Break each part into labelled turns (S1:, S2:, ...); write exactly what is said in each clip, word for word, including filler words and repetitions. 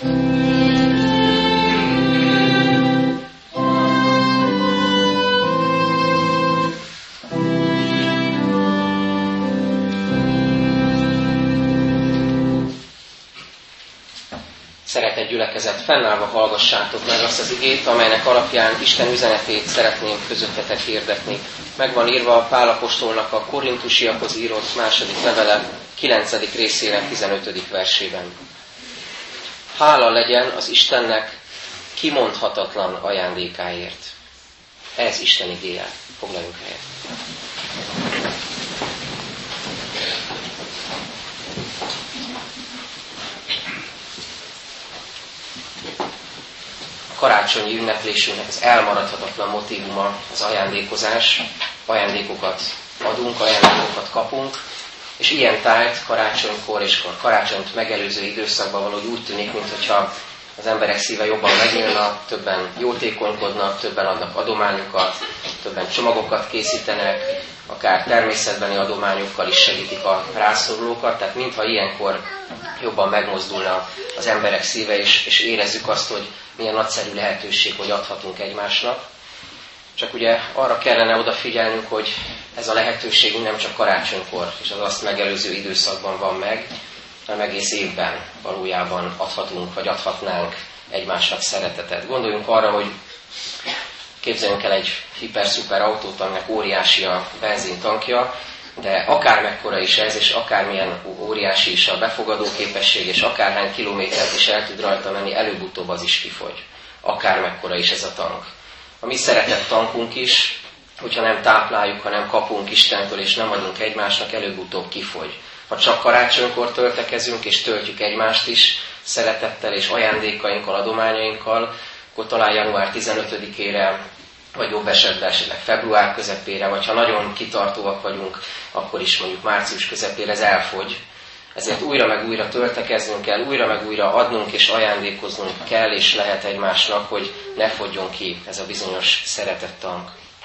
S1: Szeretett gyülekezet, fennállva hallgassátok meg azt az igét, amelynek alapján Isten üzenetét szeretném közöttetek hirdetni. Meg van írva a Pál apostolnak a Korintusiakhoz írott második levele kilencedik részének tizenötödik versében. Hála legyen az Istennek kimondhatatlan ajándékáért. Ez Isten igéje. Foglaljunk helyet. Karácsonyi ünneplésünknek az elmaradhatatlan motívuma az ajándékozás. Ajándékokat adunk, ajándékokat kapunk, és ilyen tájt karácsonykor és karácsonyt megelőző időszakban valahogy úgy tűnik, mintha az emberek szíve jobban megnyílna, többen jótékonykodnak, többen adnak adományokat, többen csomagokat készítenek, akár természetbeni adományokkal is segítik a rászorulókat, tehát mintha ilyenkor jobban megmozdulna az emberek szíve, és, és érezzük azt, hogy milyen nagyszerű lehetőség, hogy adhatunk egymásnak. Csak ugye arra kellene odafigyelnünk, hogy ez a lehetőség nem csak karácsonykor és az azt megelőző időszakban van meg, hanem egész évben valójában adhatunk, vagy adhatnánk egymásnak szeretetet. Gondoljunk arra, hogy képzeljünk el egy hiper-szuper autót, aminek óriási a benzintankja, de akármekkora is ez, és akármilyen óriási is a befogadó képesség, és akárhány kilométert is el tud rajta menni, előbb-utóbb az is kifogy. Akármekkora is ez a tank. A mi szeretett tankunk is, hogyha nem tápláljuk, ha nem kapunk Istentől, és nem adunk egymásnak, előbb-utóbb kifogy. Ha csak karácsonykor töltekezünk, és töltjük egymást is szeretettel és ajándékainkkal, adományainkkal, akkor talán január tizenötödikére, vagy jobb esetben esetleg február közepére, vagy ha nagyon kitartóak vagyunk, akkor is mondjuk március közepére ez elfogy. Ezért újra meg újra töltekeznünk kell, újra meg újra adnunk és ajándékoznunk kell és lehet egymásnak, hogy ne fogjon ki ez a bizonyos szeretett tank.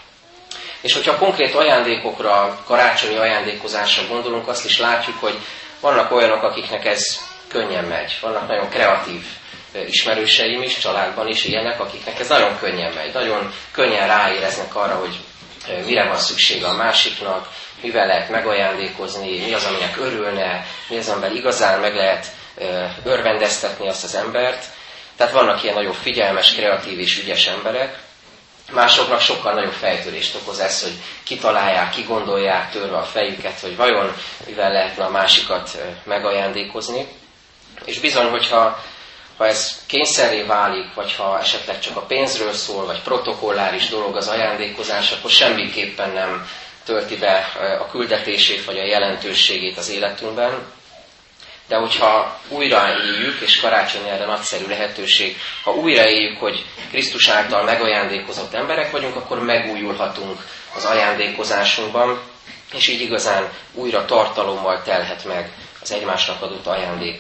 S1: És hogyha konkrét ajándékokra, karácsonyi ajándékozásra gondolunk, azt is látjuk, hogy vannak olyanok, akiknek ez könnyen megy. Vannak nagyon kreatív ismerőseim is, családban is ilyenek, akiknek ez nagyon könnyen megy. Nagyon könnyen ráéreznek arra, hogy mire van szüksége a másiknak, mivel lehet megajándékozni, mi az, aminek örülne, mi az, amivel igazán meg lehet örvendeztetni azt az embert. Tehát vannak ilyen nagyon figyelmes, kreatív és ügyes emberek. Másoknak sokkal nagyobb fejtörést okoz ez, hogy kitalálják, kigondolják, törve a fejüket, hogy vajon mivel lehetne a másikat megajándékozni. És bizony, hogyha ha ez kényszerré válik, vagy ha esetleg csak a pénzről szól, vagy protokolláris dolog az ajándékozás, akkor semmiképpen nem tölti be a küldetését, vagy a jelentőségét az életünkben. De hogyha újra éljük, és karácsony erre nagyszerű lehetőség, ha újra éljük, hogy Krisztus által megajándékozott emberek vagyunk, akkor megújulhatunk az ajándékozásunkban, és így igazán újra tartalommal telhet meg az egymásnak adott ajándék.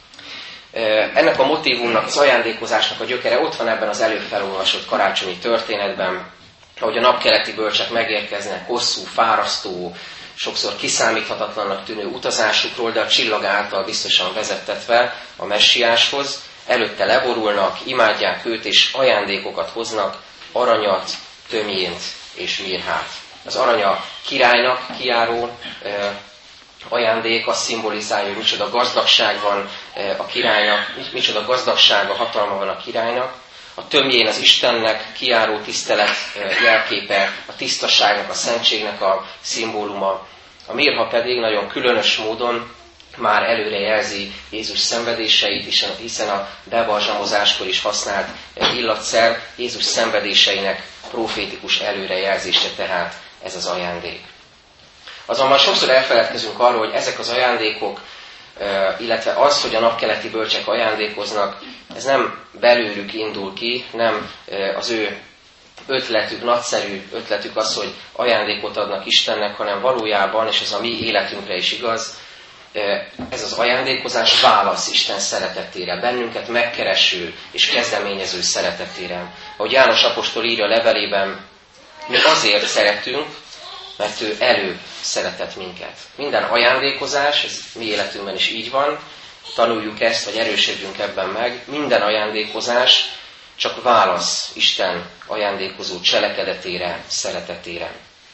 S1: Ennek a motívumnak, az ajándékozásnak a gyökere ott van ebben az előfelolvasott karácsonyi történetben, ahogy a napkeleti bölcsek megérkeznek hosszú, fárasztó, sokszor kiszámíthatatlannak tűnő utazásukról, de a csillag által biztosan vezettetve a messiáshoz, előtte leborulnak, imádják őt, és ajándékokat hoznak, aranyat, tömjént és mirhát. Az arany a királynak kijáró ajándék, azt szimbolizálja, hogy micsoda gazdagság van a királynak, micsoda gazdagsága, hatalma van a királynak. A tömjén az Istennek kijáró tisztelet jelképe, a tisztaságnak, a szentségnek a szimbóluma. A mirha pedig nagyon különös módon már előre jelzi Jézus szenvedéseit, hiszen a bebalzsamozáskor is használt illatszer Jézus szenvedéseinek profétikus előrejelzése tehát ez az ajándék. Azonban sokszor elfeledkezünk arról, hogy ezek az ajándékok, illetve az, hogy a napkeleti bölcsek ajándékoznak, ez nem belőlük indul ki, nem az ő ötletük, nagyszerű ötletük az, hogy ajándékot adnak Istennek, hanem valójában, és ez a mi életünkre is igaz, ez az ajándékozás válasz Isten szeretetére, bennünket megkereső és kezdeményező szeretetére. Ahogy János apostol írja a levelében, mi azért szeretünk, mert ő előbb szeretett minket. Minden ajándékozás, ez mi életünkben is így van, tanuljuk ezt, vagy erősödjünk ebben meg, minden ajándékozás csak válasz Isten ajándékozó cselekedetére, szeretetére.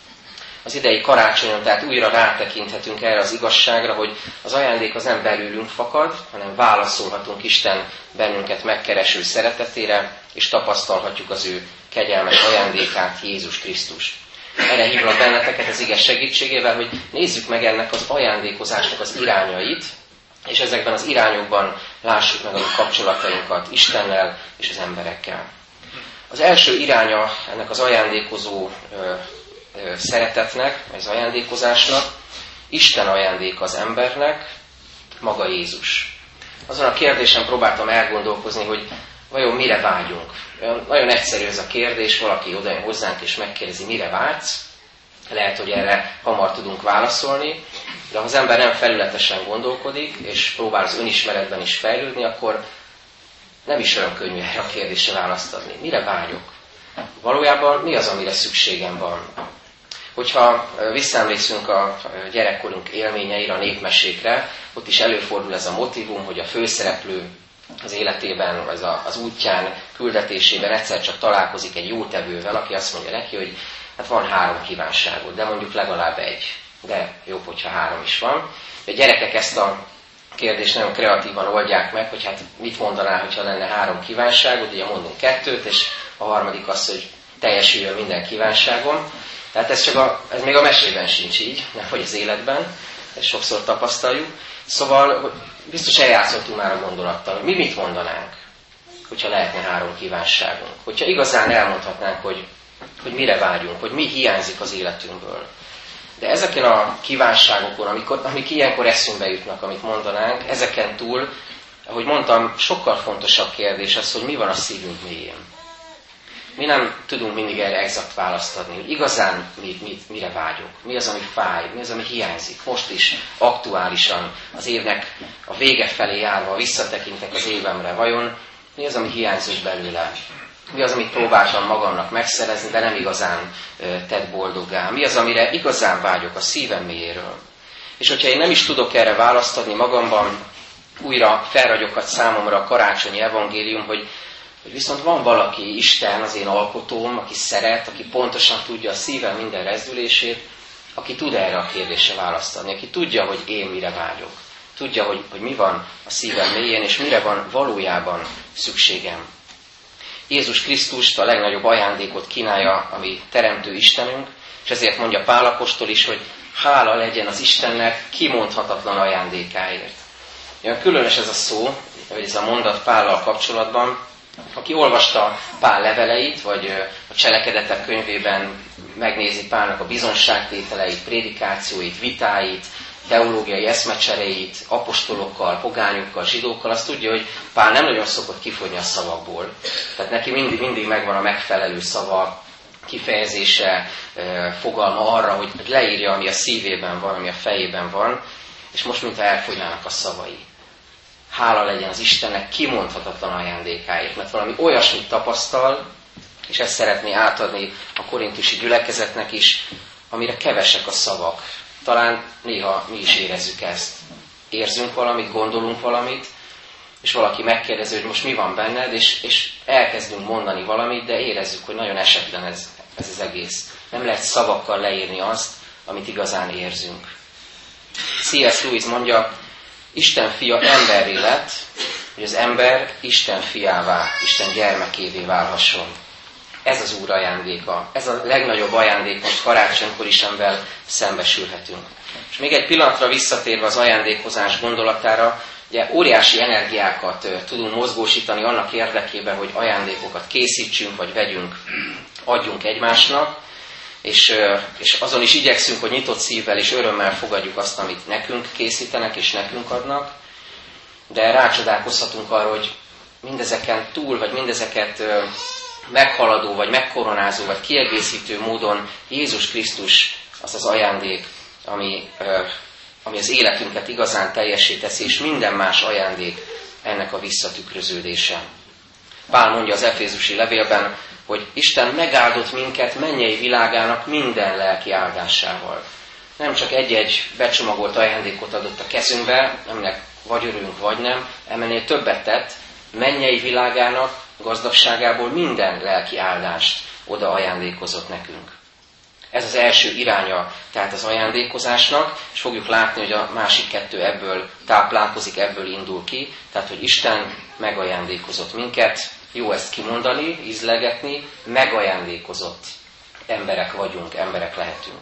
S1: Az idei karácsonyon tehát újra rátekinthetünk erre az igazságra, hogy az ajándék az nem belőlünk fakad, hanem válaszolhatunk Isten bennünket megkereső szeretetére, és tapasztalhatjuk az ő kegyelmes ajándékát, Jézus Krisztus. Erre hívlak benneteket az ige segítségével, hogy nézzük meg ennek az ajándékozásnak az irányait, és ezekben az irányokban lássuk meg a kapcsolatainkat Istennel és az emberekkel. Az első iránya ennek az ajándékozó ö, ö, szeretetnek, az ajándékozásnak, Isten ajándéka az embernek, maga Jézus. Azon a kérdésen próbáltam elgondolkozni, hogy vajon mire vágyunk. Nagyon egyszerű ez a kérdés, valaki odajön hozzánk és megkérdezi, mire vágysz. Lehet, hogy erre hamar tudunk válaszolni, de ha az ember nem felületesen gondolkodik, és próbál az önismeretben is fejlődni, akkor nem is olyan könnyű erre a kérdésre választ adni. Mire vágyok? Valójában mi az, amire szükségem van? Hogyha visszaemlékszünk a gyerekkorunk élményeire, a népmesékre, ott is előfordul ez a motívum, hogy a főszereplő az életében, vagy az útján, küldetésében egyszer csak találkozik egy jótevővel, aki azt mondja neki, hogy hát van három kívánságod, de mondjuk legalább egy. De jobb, hogyha három is van. A gyerekek ezt a kérdést nagyon kreatívan oldják meg, hogy hát mit mondanál, hogyha lenne három kívánságod, ugye mondunk kettőt, és a harmadik az, hogy teljesüljön minden kívánságom. Tehát ez, csak a, ez még a mesében sincs így, nem hogy az életben, ezt sokszor tapasztaljuk. Szóval biztos eljátszottunk már a gondolattal, mi mit mondanánk, hogyha lehetne három kívánságunk. Hogyha igazán elmondhatnánk, hogy, hogy mire vágyunk, hogy mi hiányzik az életünkből. De ezeken a kívánságokon, amikor, amik ilyenkor eszünkbe jutnak, amit mondanánk, ezeken túl, ahogy mondtam, sokkal fontosabb kérdés az, hogy mi van a szívünk mélyén. Mi nem tudunk mindig erre exakt választ adni, hogy igazán mi, mi, mire vágyunk, mi az, ami fáj, mi az, ami hiányzik. Most is aktuálisan az évnek a vége felé járva visszatekintek az évemre, vajon mi az, ami hiányzik belőle? Mi az, amit próbáltam magamnak megszerezni, de nem igazán tett boldoggá? Mi az, amire igazán vágyok a szívem mélyéről? És hogyha én nem is tudok erre választ adni magamban, újra felragyoghat számomra a karácsonyi evangélium, hogy, hogy viszont van valaki, Isten, az én alkotóm, aki szeret, aki pontosan tudja a szívem minden rezdülését, aki tud erre a kérdésre választ adni, aki tudja, hogy én mire vágyok. Tudja, hogy, hogy mi van a szívem mélyén, és mire van valójában szükségem. Jézus Krisztust, a legnagyobb ajándékot kínálja, ami teremtő Istenünk, és ezért mondja Pál apostol is, hogy hála legyen az Istennek kimondhatatlan ajándékáért. Olyan különös ez a szó, vagy ez a mondat Pállal kapcsolatban. Aki olvasta Pál leveleit, vagy a Cselekedetek könyvében megnézi Pálnak a bizonságtételeit, prédikációit, vitáit, teológiai eszmecsereit, apostolokkal, pogányokkal, zsidókkal, azt tudja, hogy Pál nem nagyon szokott kifogyni a szavakból. Tehát neki mindig, mindig megvan a megfelelő szava, kifejezése, fogalma arra, hogy leírja, ami a szívében van, ami a fejében van, és most mintha elfogynának a szavai. Hála legyen az Istennek kimondhatatlan ajándékáért, mert valami olyasmit tapasztal, és ezt szeretné átadni a korintusi gyülekezetnek is, amire kevesek a szavak. Talán néha mi is érezzük ezt. Érzünk valamit, gondolunk valamit, és valaki megkérdezi, hogy most mi van benned, és, és elkezdünk mondani valamit, de érezzük, hogy nagyon esetlen ez, ez az egész. Nem lehet szavakkal leírni azt, amit igazán érzünk. C S Lewis mondja, Isten fia emberré lett, hogy az ember Isten fiává, Isten gyermekévé válhasson. Ez az Úr ajándéka. Ez a legnagyobb ajándék, most karácsonykor is, amivel szembesülhetünk. És még egy pillanatra visszatérve az ajándékozás gondolatára, ugye óriási energiákat tudunk mozgósítani annak érdekében, hogy ajándékokat készítsünk, vagy vegyünk, adjunk egymásnak, és, és azon is igyekszünk, hogy nyitott szívvel és örömmel fogadjuk azt, amit nekünk készítenek és nekünk adnak, de rácsodálkozhatunk arra, hogy mindezeken túl, vagy mindezeket meghaladó, vagy megkoronázó, vagy kiegészítő módon Jézus Krisztus az az ajándék, ami, ami az életünket igazán teljessé teszi, és minden más ajándék ennek a visszatükröződése. Pál mondja az Efézusi levélben, hogy Isten megáldott minket mennyei világának minden lelki áldásával. Nem csak egy-egy becsomagolt ajándékot adott a kezünkbe, aminek vagy örülünk, vagy nem, ennél többet tett, mennyei világának, gazdagságából minden lelki áldást oda ajándékozott nekünk. Ez az első iránya tehát az ajándékozásnak, és fogjuk látni, hogy a másik kettő ebből táplálkozik, ebből indul ki, tehát hogy Isten megajándékozott minket, jó ezt kimondani, ízlegetni, megajándékozott emberek vagyunk, emberek lehetünk.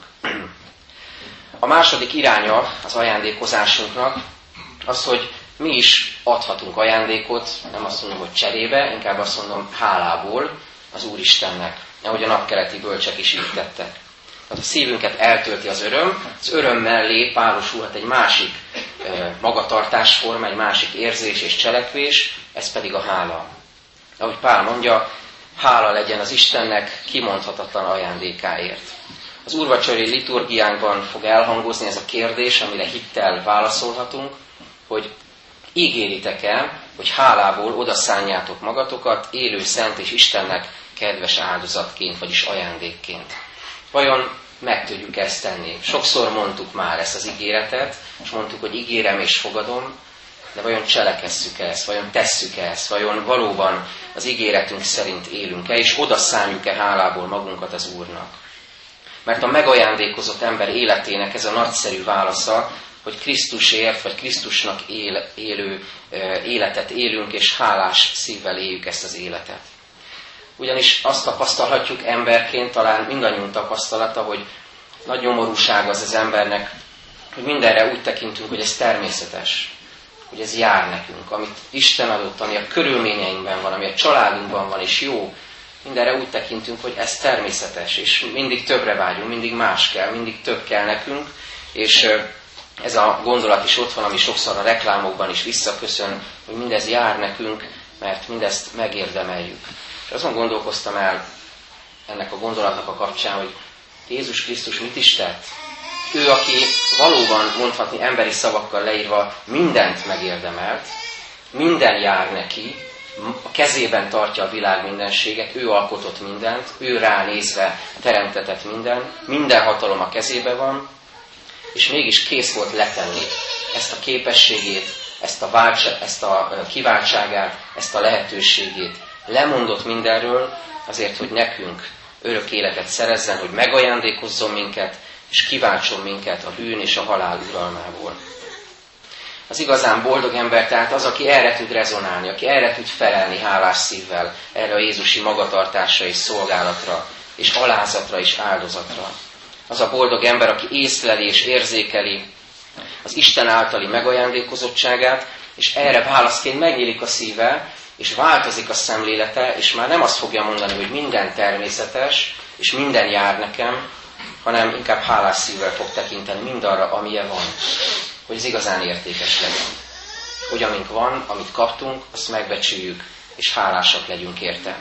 S1: A második iránya az ajándékozásunknak az, hogy mi is adhatunk ajándékot, nem azt mondom, hogy cserébe, inkább azt mondom hálából az Úristennek, ahogy a napkeleti bölcsek is így tettek. Tehát a szívünket eltölti az öröm, az öröm mellé párosulhat egy másik magatartásforma, egy másik érzés és cselekvés, ez pedig a hála. Ahogy Pál mondja, hála legyen az Istennek kimondhatatlan ajándékáért. Az úrvacsori liturgiánkban fog elhangozni ez a kérdés, amire hittel válaszolhatunk, hogy ígéritek-e, hogy hálából odaszánjátok magatokat élő, szent és Istennek kedves áldozatként, vagyis ajándékként. Vajon meg tudjuk ezt tenni? Sokszor mondtuk már ezt az ígéretet, és mondtuk, hogy ígérem és fogadom, de vajon cselekesszük-e ezt, vajon tesszük-e ezt, vajon valóban az ígéretünk szerint élünk-e, és odaszánjuk-e hálából magunkat az Úrnak? Mert a megajándékozott ember életének ez a nagyszerű válasza, hogy Krisztusért, vagy Krisztusnak él, élő életet élünk, és hálás szívvel éljük ezt az életet. Ugyanis azt tapasztalhatjuk emberként, talán mindannyiunk tapasztalata, hogy nagy nyomorúság az az embernek, hogy mindenre úgy tekintünk, hogy ez természetes, hogy ez jár nekünk, amit Isten adott, ami a körülményeinkben van, ami a családunkban van, és jó, mindenre úgy tekintünk, hogy ez természetes, és mindig többre vágyunk, mindig más kell, mindig több kell nekünk, és ez a gondolat is ott van, ami sokszor a reklámokban is visszaköszön, hogy mindez jár nekünk, mert mindezt megérdemeljük. És azon gondolkoztam el ennek a gondolatnak a kapcsán, hogy Jézus Krisztus mit is tett? Ő, aki valóban mondhatni emberi szavakkal leírva mindent megérdemelt, minden jár neki, a kezében tartja a világ mindenséget, ő alkotott mindent, ő ránézve teremtetett minden, minden hatalom a kezébe van, és mégis kész volt letenni ezt a képességét, ezt a, váltsa, ezt a kiváltságát, ezt a lehetőségét. Lemondott mindenről azért, hogy nekünk örök életet szerezzen, hogy megajándékozzon minket, és kiváltson minket a bűn és a halál uralmából. Az igazán boldog ember tehát az, aki erre tud rezonálni, aki erre tud felelni hálás szívvel, erre a jézusi magatartásra és szolgálatra, és alázatra és áldozatra. Az a boldog ember, aki észleli és érzékeli az Isten általi megajándékozottságát, és erre válaszként megnyílik a szíve, és változik a szemlélete, és már nem azt fogja mondani, hogy minden természetes, és minden jár nekem, hanem inkább hálás szívvel fog tekinteni mindarra, amilyen van, hogy ez igazán értékes legyen. Hogy amink van, amit kaptunk, azt megbecsüljük, és hálásak legyünk érte.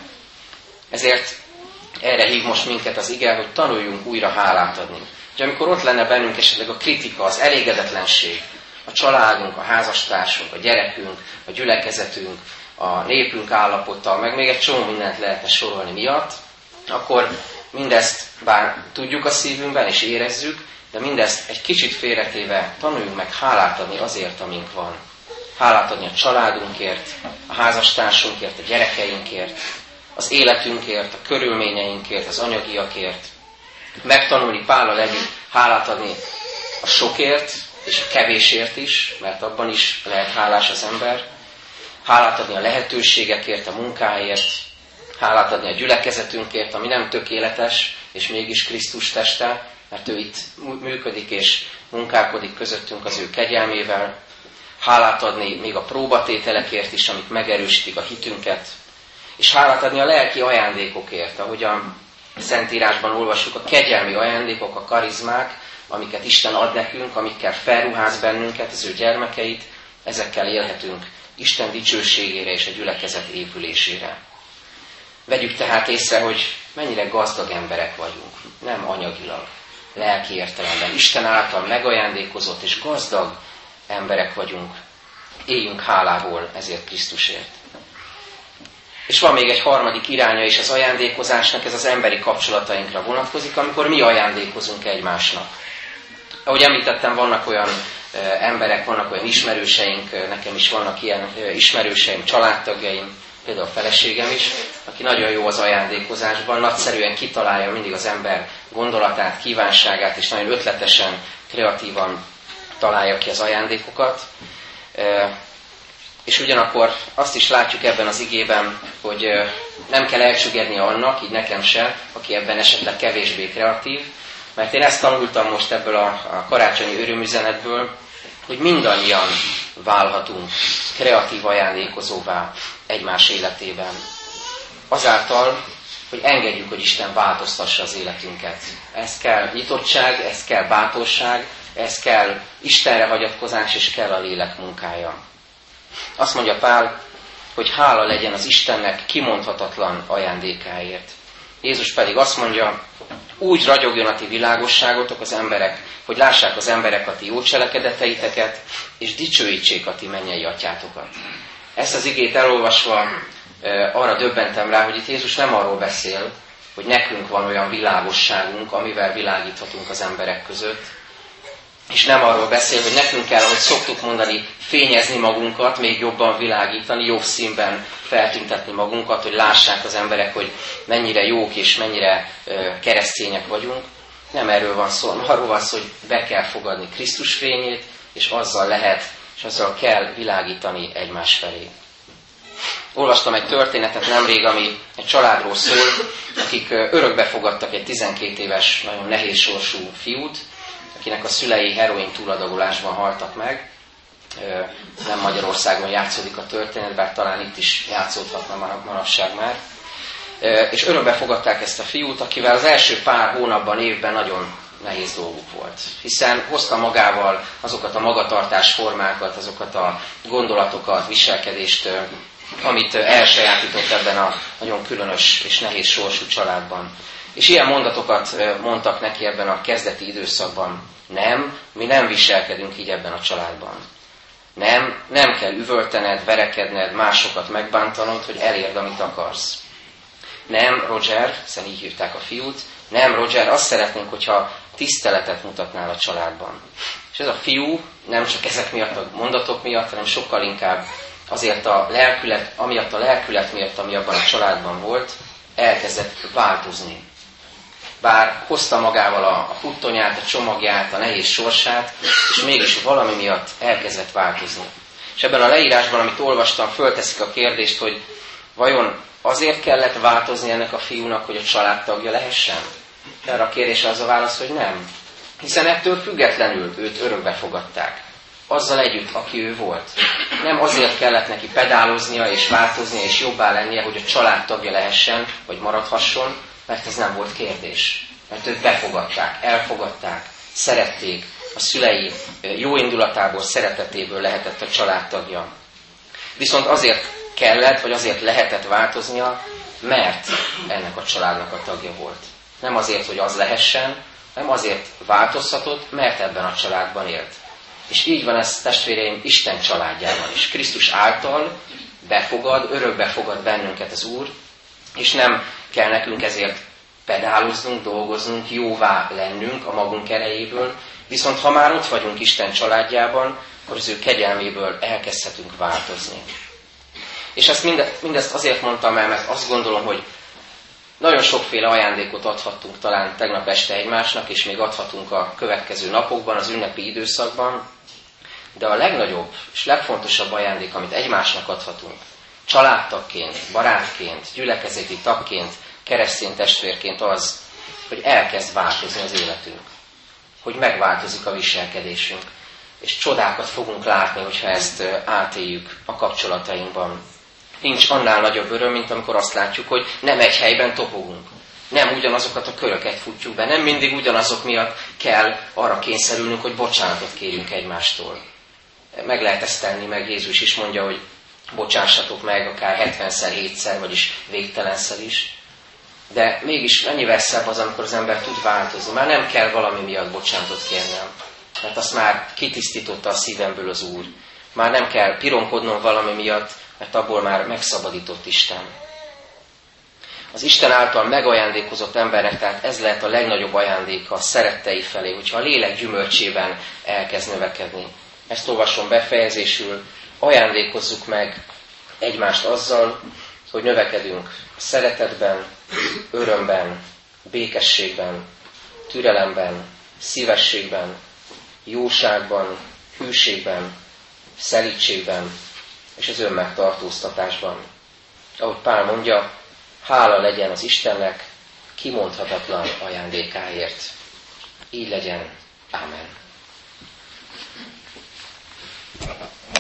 S1: Ezért erre hív most minket az ige, hogy tanuljunk újra hálát adni. Hogy amikor ott lenne bennünk esetleg a kritika, az elégedetlenség, a családunk, a házastársunk, a gyerekünk, a gyülekezetünk, a népünk állapota, meg még egy csomó mindent lehetne sorolni miatt, akkor mindezt bár tudjuk a szívünkben és érezzük, de mindezt egy kicsit félretéve tanuljunk meg hálát adni azért, amink van. Hálát adni a családunkért, a házastársunkért, a gyerekeinkért, az életünkért, a körülményeinkért, az anyagiakért. Megtanulni Pállal együtt hálát adni a sokért és a kevésért is, mert abban is lehet hálás az ember. Hálát adni a lehetőségekért, a munkáért, hálát adni a gyülekezetünkért, ami nem tökéletes, és mégis Krisztus teste, mert ő itt működik és munkálkodik közöttünk az ő kegyelmével. Hálát adni még a próbatételekért is, amik megerősítik a hitünket. És hálát adni a lelki ajándékokért, ahogy a Szentírásban olvassuk, a kegyelmi ajándékok, a karizmák, amiket Isten ad nekünk, amikkel felruház bennünket, az ő gyermekeit, ezekkel élhetünk Isten dicsőségére és a gyülekezet épülésére. Vegyük tehát észre, hogy mennyire gazdag emberek vagyunk, nem anyagilag, lelki értelemben. Isten által megajándékozott és gazdag emberek vagyunk. Éljünk hálából ezért Krisztusért. És van még egy harmadik iránya is az ajándékozásnak, ez az emberi kapcsolatainkra vonatkozik, amikor mi ajándékozunk egymásnak. Ahogy említettem, vannak olyan emberek, vannak olyan ismerőseink, nekem is vannak ilyen ismerőseim, családtagjaim, például a feleségem is, aki nagyon jó az ajándékozásban, nagyszerűen kitalálja mindig az ember gondolatát, kívánságát, és nagyon ötletesen, kreatívan találja ki az ajándékokat. És ugyanakkor azt is látjuk ebben az igében, hogy nem kell elcsüggedni annak, így nekem se, aki ebben esetleg kevésbé kreatív, mert én ezt tanultam most ebből a, a karácsonyi örömüzenetből, hogy mindannyian válhatunk kreatív ajándékozóvá egymás életében. Azáltal, hogy engedjük, hogy Isten változtassa az életünket. Ez kell nyitottság, ez kell bátorság, ez kell Istenre hagyatkozás, és kell a lélek munkája. Azt mondja Pál, hogy hála legyen az Istennek kimondhatatlan ajándékáért. Jézus pedig azt mondja, úgy ragyogjon a ti világosságotok az emberek, hogy lássák az emberek a ti jó cselekedeteiteket, és dicsőítsék a ti mennyei atyátokat. Ezt az igét elolvasva arra döbbentem rá, hogy itt Jézus nem arról beszél, hogy nekünk van olyan világosságunk, amivel világíthatunk az emberek között, és nem arról beszél, hogy nekünk kell, ahogy szoktuk mondani, fényezni magunkat, még jobban világítani, jobb színben feltüntetni magunkat, hogy lássák az emberek, hogy mennyire jók és mennyire keresztények vagyunk. Nem erről van szó, hanem arról van szó, hogy be kell fogadni Krisztus fényét, és azzal lehet, és azzal kell világítani egymás felé. Olvastam egy történetet nemrég, ami egy családról szól, akik örökbe fogadtak egy tizenkét éves, nagyon nehéz sorsú fiút, akinek a szülei heroin túladagolásban haltak meg. Nem Magyarországon játszódik a történet, bár talán itt is játszódhatna manapság már. És örökbe fogadták ezt a fiút, akivel az első pár hónapban, évben nagyon nehéz dolguk volt. Hiszen hozta magával azokat a magatartásformákat, azokat a gondolatokat, viselkedést, amit elsajátított ebben a nagyon különös és nehéz sorsú családban. És ilyen mondatokat mondtak neki ebben a kezdeti időszakban. Nem, mi nem viselkedünk így ebben a családban. Nem, nem kell üvöltened, verekedned, másokat megbántanod, hogy elérd, amit akarsz. Nem, Roger, hiszen így hívták a fiút, nem, Roger, azt szeretnénk, hogyha tiszteletet mutatnál a családban. És ez a fiú nem csak ezek miatt a mondatok miatt, hanem sokkal inkább azért a lelkület, amiatt a lelkület miatt, ami abban a családban volt, elkezdett változni. Bár hozta magával a, a puttonyát, a csomagját, a nehéz sorsát, és mégis valami miatt elkezdett változni. És ebben a leírásban, amit olvastam, fölteszik a kérdést, hogy vajon azért kellett változni ennek a fiúnak, hogy a családtagja lehessen? Erre a kérdésre az a válasz, hogy nem. Hiszen ettől függetlenül őt örökbe fogadták. Azzal együtt, aki ő volt. Nem azért kellett neki pedáloznia és változnia és jobbá lennie, hogy a családtagja lehessen, vagy maradhasson, mert ez nem volt kérdés. Mert őt befogadták, elfogadták, szerették, a szülei jó indulatából, szeretetéből lehetett a családtagja. Viszont azért kellett, vagy azért lehetett változnia, mert ennek a családnak a tagja volt. Nem azért, hogy az lehessen, hanem azért változhatott, mert ebben a családban élt. És így van ez, testvéreim, Isten családjában is. Krisztus által befogad, örökbe fogad bennünket az Úr, és nem kell nekünk ezért pedáloznunk, dolgoznunk, jóvá lennünk a magunk erejéből, viszont ha már ott vagyunk Isten családjában, akkor az ő kegyelméből elkezdhetünk változni. És ezt minde, mindezt azért mondtam el, mert azt gondolom, hogy nagyon sokféle ajándékot adhattunk talán tegnap este egymásnak, és még adhatunk a következő napokban, az ünnepi időszakban, de a legnagyobb és legfontosabb ajándék, amit egymásnak adhatunk, családtagként, barátként, gyülekezeti tagként, keresztény testvérként az, hogy elkezd változni az életünk. Hogy megváltozik a viselkedésünk. És csodákat fogunk látni, hogyha ezt átéljük a kapcsolatainkban. Nincs annál nagyobb öröm, mint amikor azt látjuk, hogy nem egy helyben topogunk. Nem ugyanazokat a köröket futjuk be. Nem mindig ugyanazok miatt kell arra kényszerülnünk, hogy bocsánatot kérjünk egymástól. Meg lehet ezt tenni, meg Jézus is mondja, hogy bocsássatok meg akár hetvenszer, hétszer, vagyis végtelenszer is. De mégis mennyivel szebb az, amikor az ember tud változni. Már nem kell valami miatt bocsánatot kérnem, mert azt már kitisztította a szívemből az Úr. Már nem kell pironkodnom valami miatt, mert abból már megszabadított Isten. Az Isten által megajándékozott embernek, tehát ez lehet a legnagyobb ajándéka a szerettei felé, hogyha a lélek gyümölcsében elkezd növekedni. Ezt olvasom befejezésül, ajándékozzuk meg egymást azzal, hogy növekedünk a szeretetben, örömben, békességben, türelemben, szívességben, jóságban, hűségben, szelídségben és az önmegtartóztatásban. Ahogy Pál mondja, hála legyen az Istennek kimondhatatlan ajándékáért. Így legyen. Ámen.